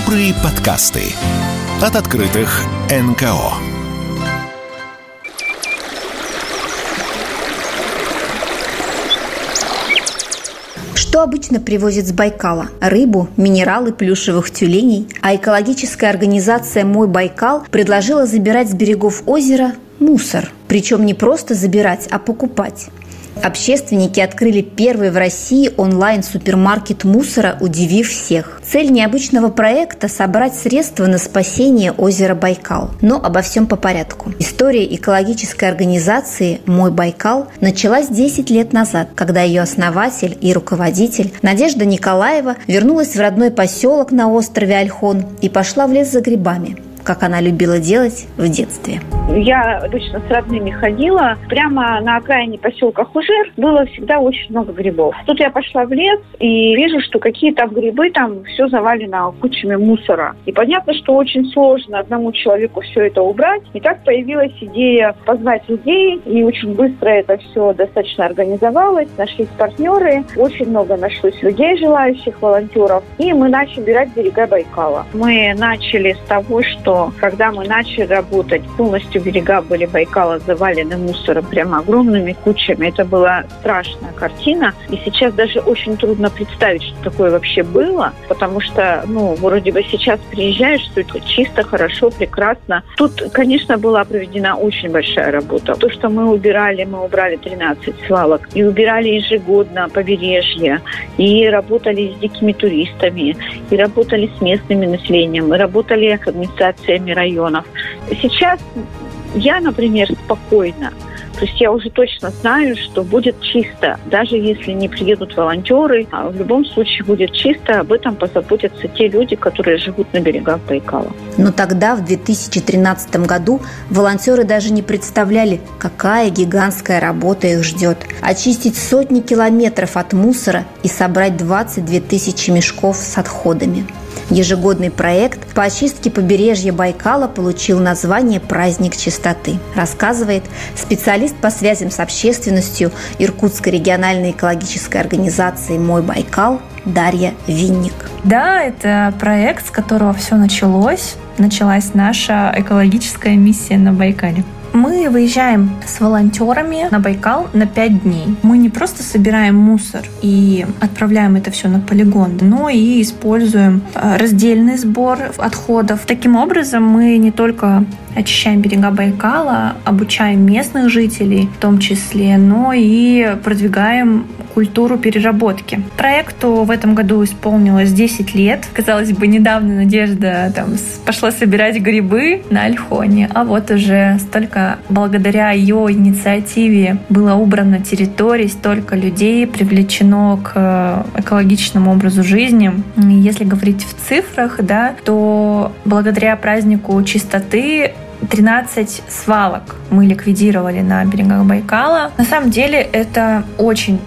Добрые подкасты от открытых НКО. Что обычно привозят с Байкала? Рыбу, минералы, плюшевых тюленей. А экологическая организация «Мой Байкал» предложила забирать с берегов озера мусор. Причем не просто забирать, а покупать. Общественники открыли первый в России онлайн-супермаркет мусора, удивив всех. Цель необычного проекта – собрать средства на спасение озера Байкал. Но обо всем по порядку. История экологической организации «Мой Байкал» началась 10 лет назад, когда ее основатель и руководитель Надежда Николаева вернулась в родной поселок на острове Ольхон и пошла в лес за грибами, как она любила делать в детстве. Я обычно с родными ходила. Прямо на окраине поселка Хужер было всегда очень много грибов. Тут я пошла в лес и вижу, что какие-то грибы там все завалено кучами мусора. И понятно, что очень сложно одному человеку все это убрать. И так появилась идея позвать людей. И очень быстро это все достаточно организовалось. Нашлись партнеры. Очень много нашлось людей, желающих, волонтеров. И мы начали убирать берега Байкала. Мы начали с того, что когда мы начали работать, полностью берега были Байкала завалены мусором, прямо огромными кучами. Это была страшная картина. И сейчас даже очень трудно представить, что такое вообще было, потому что, вроде бы сейчас приезжаешь, что это чисто, хорошо, прекрасно. Тут, конечно, была проведена очень большая работа. То, что мы убрали 13 свалок. И убирали ежегодно побережье. И работали с дикими туристами. И работали с местным населением. И работали с администрациями районов. Сейчас я, например, спокойна. То есть я уже точно знаю, что будет чисто. Даже если не приедут волонтеры, в любом случае будет чисто. Об этом позаботятся те люди, которые живут на берегах Байкала. Но тогда, в 2013 году, волонтеры даже не представляли, какая гигантская работа их ждет. Очистить сотни километров от мусора и собрать 22 тысячи мешков с отходами. Ежегодный проект по очистке побережья Байкала получил название «Праздник чистоты», рассказывает специалист по связям с общественностью Иркутской региональной экологической организации «Мой Байкал» Дарья Винник. Да, это проект, с которого все началось. Началась наша экологическая миссия на Байкале. Мы выезжаем с волонтерами на Байкал на 5 дней. Мы не просто собираем мусор и отправляем это все на полигон, но и используем раздельный сбор отходов. Таким образом, мы не только очищаем берега Байкала, обучаем местных жителей в том числе, но и продвигаем культуру переработки. Проекту в этом году исполнилось 10 лет. Казалось бы, недавно Надежда пошла собирать грибы на Ольхоне, а вот уже столько благодаря ее инициативе было убрано территорий, столько людей привлечено к экологичному образу жизни. Если говорить в цифрах, то благодаря празднику чистоты 13 свалок мы ликвидировали на берегах Байкала. На самом деле это очень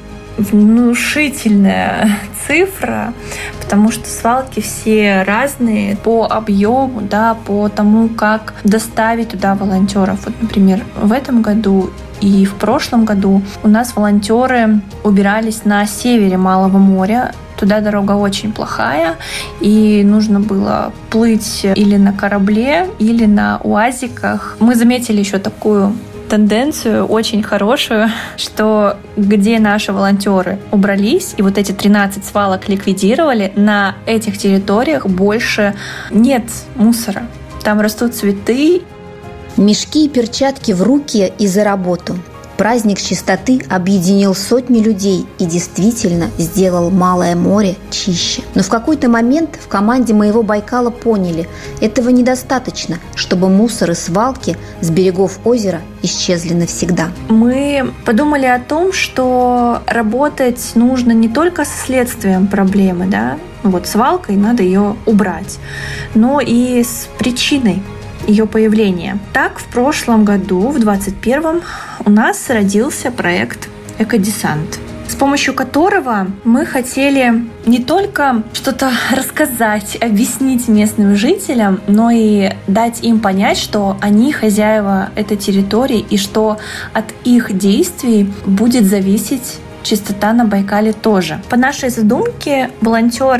внушительная цифра, потому что свалки все разные по объему, по тому, как доставить туда волонтеров. Вот, например, в этом году и в прошлом году у нас волонтеры убирались на севере Малого моря. Туда дорога очень плохая, и нужно было плыть или на корабле, или на уазиках. Мы заметили еще такую тенденцию очень хорошую, что где наши волонтеры убрались и вот эти 13 свалок ликвидировали, на этих территориях больше нет мусора. Там растут цветы. Мешки и перчатки в руки и за работу. Праздник чистоты объединил сотни людей и действительно сделал Малое море чище. Но в какой-то момент в команде «Моего Байкала» поняли, этого недостаточно, чтобы мусор и свалки с берегов озера исчезли навсегда. Мы подумали о том, что работать нужно не только со следствием проблемы, свалкой надо ее убрать, но и с причиной ее появления. Так, в прошлом году, в 2021, у нас родился проект «Экодесант», с помощью которого мы хотели не только что-то рассказать, объяснить местным жителям, но и дать им понять, что они хозяева этой территории и что от их действий будет зависеть чистота на Байкале тоже. По нашей задумке волонтеры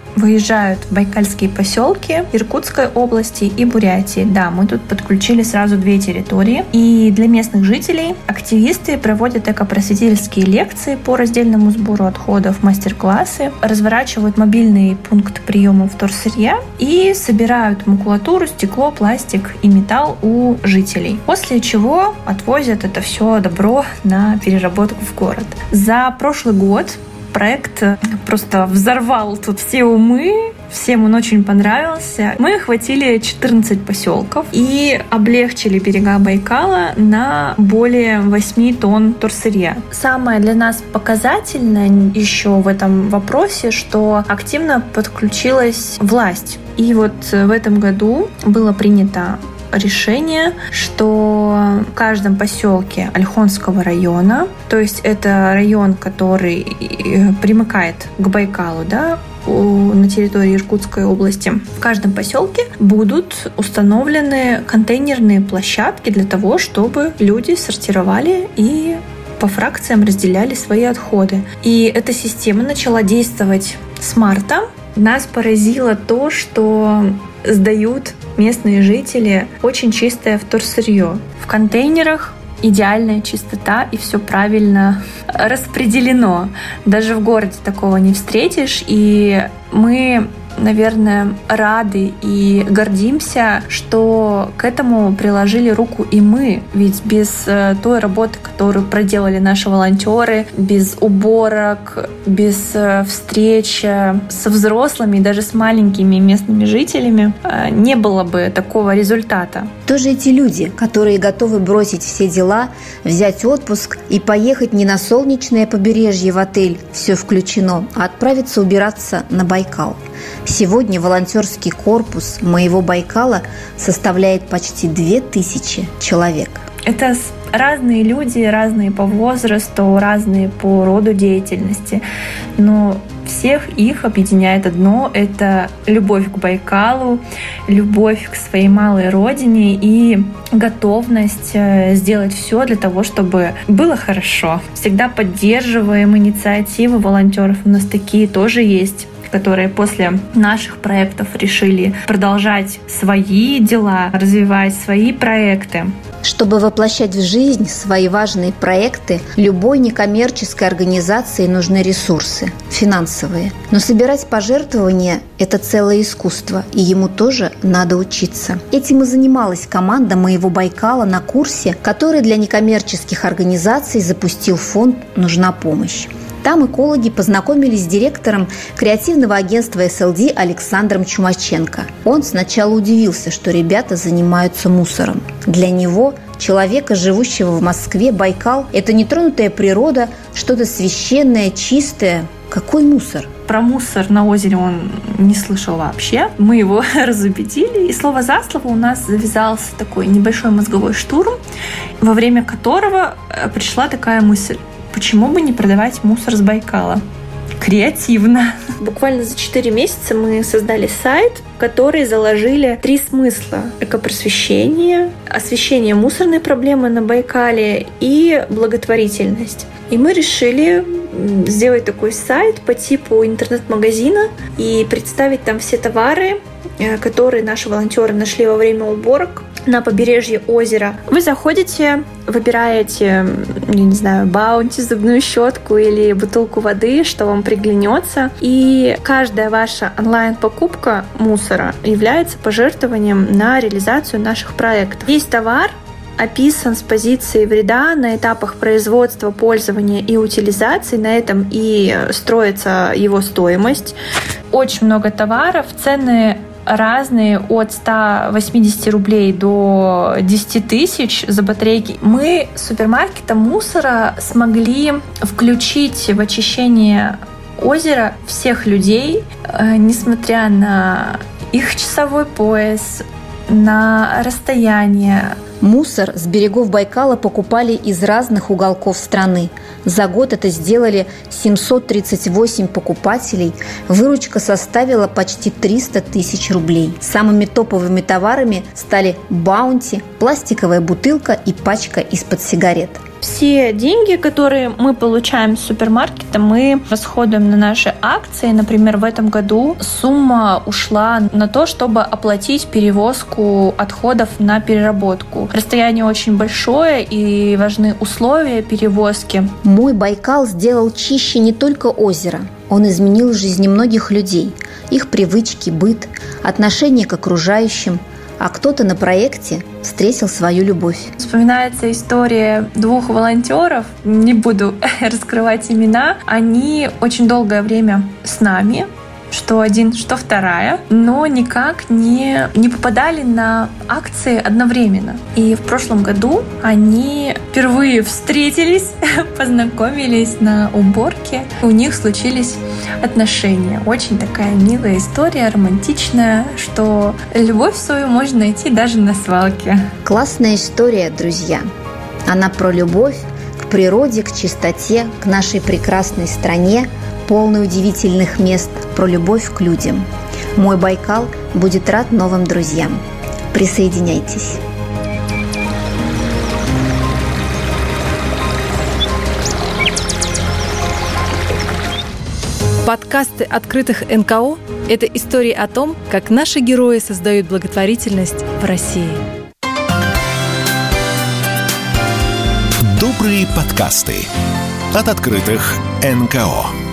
выезжают в байкальские поселки Иркутской области и Бурятии. Да, мы тут подключили сразу 2 территории. И для местных жителей активисты проводят экопросветительские лекции по раздельному сбору отходов, мастер-классы, разворачивают мобильный пункт приема вторсырья и собирают макулатуру, стекло, пластик и металл у жителей. После чего отвозят это все добро на переработку в город. За прошлый год проект просто взорвал тут все умы, всем он очень понравился. Мы охватили 14 поселков и облегчили берега Байкала на более 8 тонн вторсырья. Самое для нас показательное еще в этом вопросе, что активно подключилась власть. И вот в этом году было принято решение, что в каждом поселке Ольхонского района, то есть это район, который примыкает к Байкалу, да, на территории Иркутской области, в каждом поселке будут установлены контейнерные площадки для того, чтобы люди сортировали и по фракциям разделяли свои отходы. И эта система начала действовать с марта. Нас поразило то, что сдают местные жители очень чистое вторсырье. В контейнерах идеальная чистота и все правильно распределено. Даже в городе такого не встретишь. И мы, наверное, рады и гордимся, что к этому приложили руку и мы. Ведь без той работы, которую проделали наши волонтеры, без уборок, без встреч со взрослыми, даже с маленькими местными жителями, не было бы такого результата. Кто же эти люди, которые готовы бросить все дела, взять отпуск и поехать не на солнечное побережье в отель, все включено, а отправиться убираться на Байкал? Сегодня волонтерский корпус моего Байкала составляет почти 2000 человек. Это разные люди, разные по возрасту, разные по роду деятельности. Но всех их объединяет одно — это любовь к Байкалу, любовь к своей малой родине и готовность сделать все для того, чтобы было хорошо. Всегда поддерживаем инициативы волонтеров. У нас такие тоже есть, которые после наших проектов решили продолжать свои дела, развивать свои проекты. Чтобы воплощать в жизнь свои важные проекты, любой некоммерческой организации нужны ресурсы, финансовые. Но собирать пожертвования – это целое искусство, и ему тоже надо учиться. Этим и занималась команда моего Байкала на курсе, который для некоммерческих организаций запустил фонд «Нужна помощь». Там экологи познакомились с директором креативного агентства СЛД Александром Чумаченко. Он сначала удивился, что ребята занимаются мусором. Для него, человека, живущего в Москве, Байкал – это нетронутая природа, что-то священное, чистое. Какой мусор? Про мусор на озере он не слышал вообще. Мы его разубедили, и слово за слово у нас завязался такой небольшой мозговой штурм, во время которого пришла такая мысль: почему бы не продавать мусор с Байкала? Креативно. Буквально за 4 месяца мы создали сайт, в который заложили 3 смысла: экопросвещение, освещение мусорной проблемы на Байкале и благотворительность. И мы решили сделать такой сайт по типу интернет-магазина и представить там все товары, которые наши волонтеры нашли во время уборок на побережье озера. Вы заходите, выбираете, не знаю, баунти, зубную щетку или бутылку воды, что вам приглянется, и каждая ваша онлайн-покупка мусора является пожертвованием на реализацию наших проектов. Весь товар описан с позиции вреда на этапах производства, пользования и утилизации. На этом и строится его стоимость. Очень много товаров, цены разные, от 180 рублей до 10 тысяч за батарейки. Мы супермаркетом мусора смогли включить в очищение озера всех людей, несмотря на их часовой пояс, на расстояние. Мусор с берегов Байкала покупали из разных уголков страны. За год это сделали 738 покупателей. Выручка составила почти 300 тысяч рублей. Самыми топовыми товарами стали баунти, пластиковая бутылка и пачка из-под сигарет. Все деньги, которые мы получаем с супермаркета, мы расходуем на наши акции. Например, в этом году сумма ушла на то, чтобы оплатить перевозку отходов на переработку. Расстояние очень большое и важны условия перевозки. Мой Байкал сделал чище не только озеро. Он изменил жизни многих людей, их привычки, быт, отношение к окружающим, а кто-то на проекте встретил свою любовь. Вспоминается история 2 волонтеров, не буду раскрывать имена, они очень долгое время с нами, что один, что вторая, но никак не попадали на акции одновременно. И в прошлом году они впервые встретились, познакомились на уборке, у них случились отношения. Очень такая милая история, романтичная, что любовь свою можно найти даже на свалке. Классная история, друзья. Она про любовь к природе, к чистоте, к нашей прекрасной стране, полной удивительных мест, про любовь к людям. Мой Байкал будет рад новым друзьям. Присоединяйтесь. Подкасты открытых НКО – это истории о том, как наши герои создают благотворительность в России. Добрые подкасты от открытых НКО.